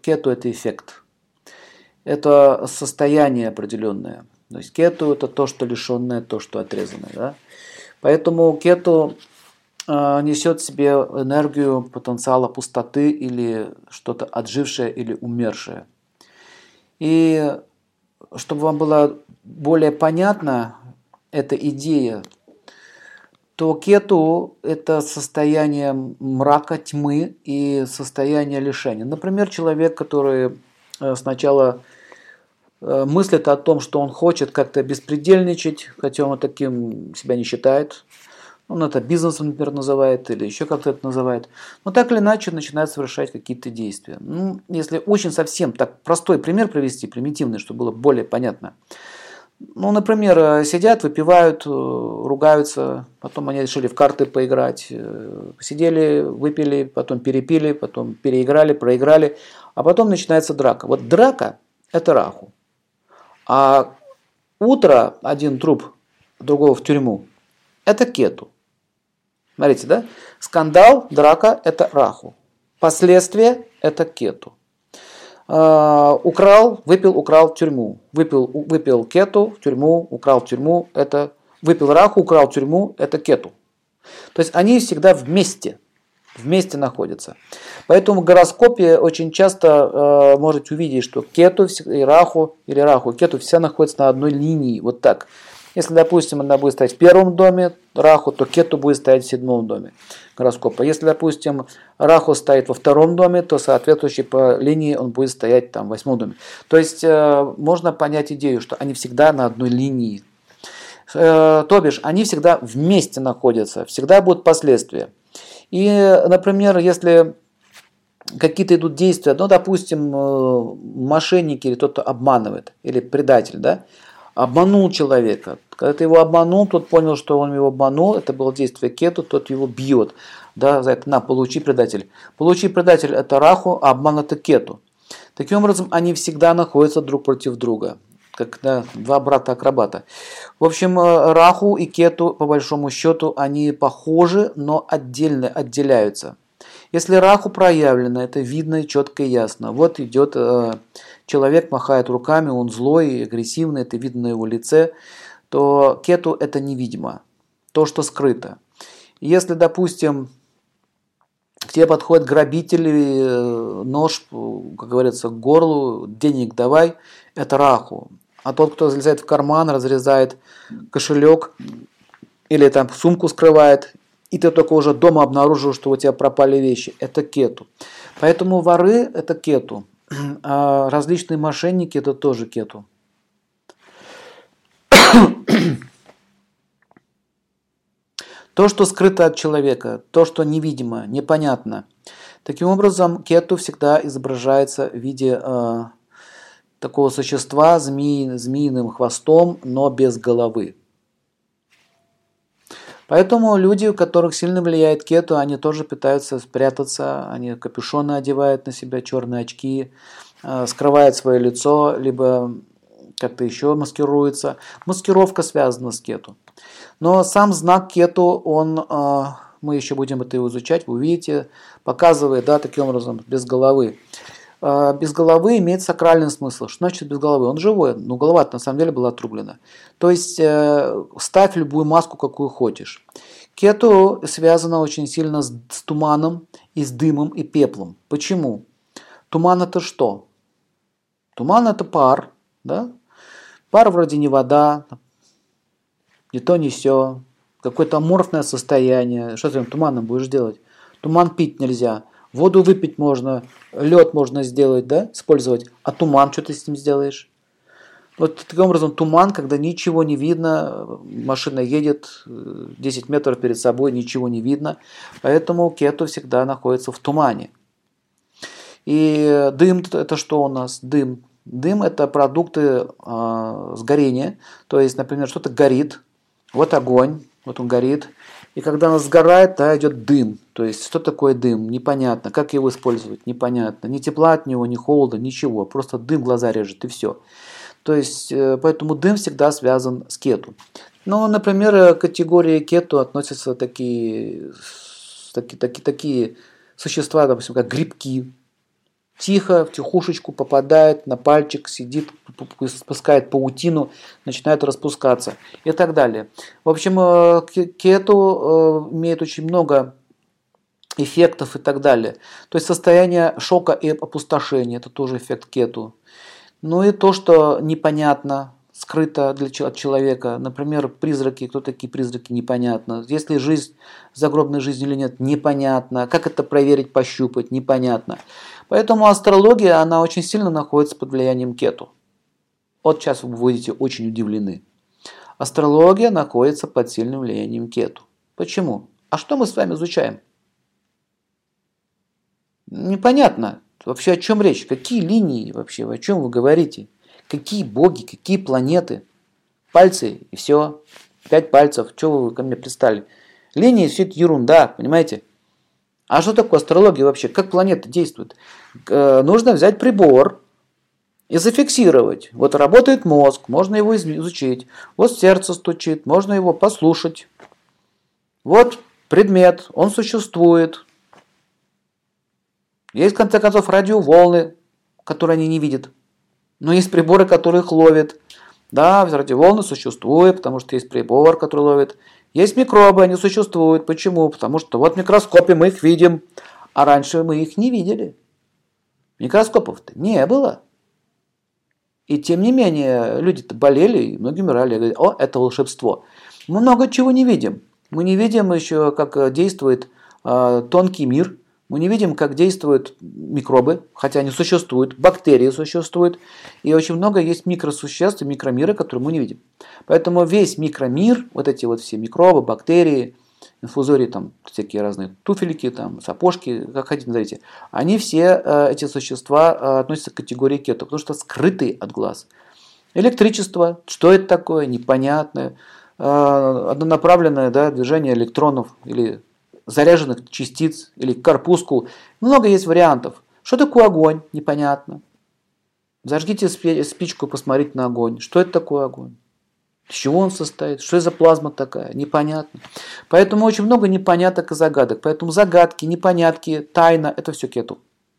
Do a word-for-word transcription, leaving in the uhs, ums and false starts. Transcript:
кету – это эффект. Это состояние определенное. То есть кету – это то, что лишенное, то, что отрезанное. Да? Поэтому кету э, несет в себе энергию потенциала пустоты или что-то отжившее или умершее. И чтобы вам было более понятна эта идея, то кету – это состояние мрака, тьмы и состояние лишения. Например, человек, который сначала мыслит о том, что он хочет как-то беспредельничать, хотя он таким себя не считает. Он это бизнесом, например, называет или еще как-то это называет. Но так или иначе начинает совершать какие-то действия. Ну, если очень совсем так простой пример привести, примитивный, чтобы было более понятно. Ну, например, сидят, выпивают, ругаются, потом они решили в карты поиграть. Сидели, выпили, потом перепили, потом переиграли, проиграли, а потом начинается драка. Вот драка – это раху. А утро, один труп, другого в тюрьму – это кету. Смотрите, да? Скандал, драка – это раху. Последствия – это кету. Uh, украл, выпил, украл тюрьму. Выпил, выпил кету, в тюрьму, украл тюрьму, это выпил раху, украл тюрьму, это кету. То есть они всегда вместе, вместе находятся. Поэтому в гороскопе очень часто uh, можете увидеть, что кету и раху, или раху, кету все находятся на одной линии, вот так. Если, допустим, она будет стоять в первом доме раху, то кету будет стоять в седьмом доме гороскопа. Если, допустим, раху стоит во втором доме, то соответствующий по линии он будет стоять там в восьмом доме. То есть э, можно понять идею, что они всегда на одной линии. Э, то бишь, они всегда вместе находятся, всегда будут последствия. И, например, если какие-то идут действия, ну, допустим, э, мошенники или кто-то обманывает, или предатель, да, обманул человека. Когда ты его обманул, тот понял, что он его обманул, это было действие кету, тот его бьет. Да, за это на, получи предатель. Получи предатель – это раху, а обман – это кету. Таким образом, они всегда находятся друг против друга, как да, два брата-акробата. В общем, раху и кету, по большому счету, они похожи, но отдельно отделяются. Если раху проявлено, это видно и четко и ясно. Вот идет э, человек, махает руками, он злой, агрессивный, это видно на его лице, то кету это невидимо, то, что скрыто. Если, допустим, к тебе подходит грабитель, нож, как говорится, к горлу, денег давай, это раху. А тот, кто залезает в карман, разрезает кошелек или там сумку скрывает, и ты только уже дома обнаружил, что у тебя пропали вещи, это кету. Поэтому воры – это кету, а различные мошенники – это тоже кету. То, что скрыто от человека, то, что невидимо, непонятно. Таким образом, кету всегда изображается в виде э, такого существа змеи, змеиным хвостом, но без головы. Поэтому люди, у которых сильно влияет кету, они тоже пытаются спрятаться, они капюшоны одевают на себя, черные очки, э, скрывают свое лицо, либо как-то еще маскируются. Маскировка связана с кету. Но сам знак кету, он, э, мы еще будем это изучать, вы увидите, показывает, да, таким образом, без головы. Э, без головы имеет сакральный смысл. Что значит без головы? Он живой, но голова на самом деле была отрублена. То есть э, ставь любую маску, какую хочешь. Кету связано очень сильно с, с туманом, и с дымом, и пеплом. Почему? Туман это что? Туман это пар, да? Пар вроде не вода, ни то, ни сё. Какое-то аморфное состояние. Что ты этим туманом будешь делать? Туман пить нельзя. Воду выпить можно. Лед можно сделать, да? Использовать. А туман, что ты с ним сделаешь? Вот таким образом туман, когда ничего не видно. Машина едет десять метров перед собой, ничего не видно. Поэтому кету всегда находится в тумане. И дым это что у нас? Дым. Дым это продукты э, сгорения. То есть, например, что-то горит. Вот огонь, вот он горит. И когда он сгорает, да, идет дым. То есть, что такое дым? Непонятно. Как его использовать? Непонятно. Ни тепла от него, ни холода, ничего. Просто дым глаза режет, и все. То есть, поэтому дым всегда связан с кету. Ну, например, к категории кету относятся такие, такие, такие, такие существа, допустим, как грибки. тихо, в тихушечку попадает на пальчик, сидит, спускает паутину, начинает распускаться и так далее. В общем, кету имеет очень много эффектов и так далее. То есть состояние шока и опустошения, это тоже эффект кету. Ну и то, что непонятно, скрыто для, от человека. Например, призраки, кто такие призраки, непонятно. Есть ли жизнь, загробная жизнь или нет, непонятно. Как это проверить, пощупать, непонятно. Поэтому астрология, она очень сильно находится под влиянием кету. Вот сейчас вы будете очень удивлены. Астрология находится под сильным влиянием кету. Почему? А что мы с вами изучаем? Непонятно. Вообще о чем речь? Какие линии вообще? О чем вы говорите? Какие боги, какие планеты? Пальцы и все. Пять пальцев. Чего вы ко мне пристали? Линии, все это ерунда, понимаете? А что такое астрология вообще? Как планеты действуют? Э, нужно взять прибор и зафиксировать. Вот работает мозг, можно его изучить. Вот сердце стучит, можно его послушать. Вот предмет, он существует. Есть, в конце концов, радиоволны, которые они не видят. Но есть приборы, которые их ловят. Да, радиоволны существуют, потому что есть прибор, который ловит. Есть микробы, они существуют. Почему? Потому что вот в микроскопе мы их видим, а раньше мы их не видели. Микроскопов-то не было. И тем не менее, люди-то болели, и многие умирали. И говорят, о, это волшебство. Мы много чего не видим. Мы не видим еще, как действует э, тонкий мир. Мы не видим, как действуют микробы, хотя они существуют, бактерии существуют, и очень много есть микросуществ и микромира, которые мы не видим. Поэтому весь микромир, вот эти вот все микробы, бактерии, инфузории, там всякие разные туфельки, там, сапожки, как хотите назовите, они все, эти существа, относятся к категории кету, потому что скрытые от глаз. Электричество, что это такое, непонятное, однонаправленное, да, движение электронов или заряженных частиц или корпускул. Много есть вариантов. Что такое огонь? Непонятно. Зажгите спичку и посмотрите на огонь. Что это такое огонь? Из чего он состоит? Что это за плазма такая? Непонятно. Поэтому очень много непоняток и загадок. Поэтому загадки, непонятки, тайна – это все кету.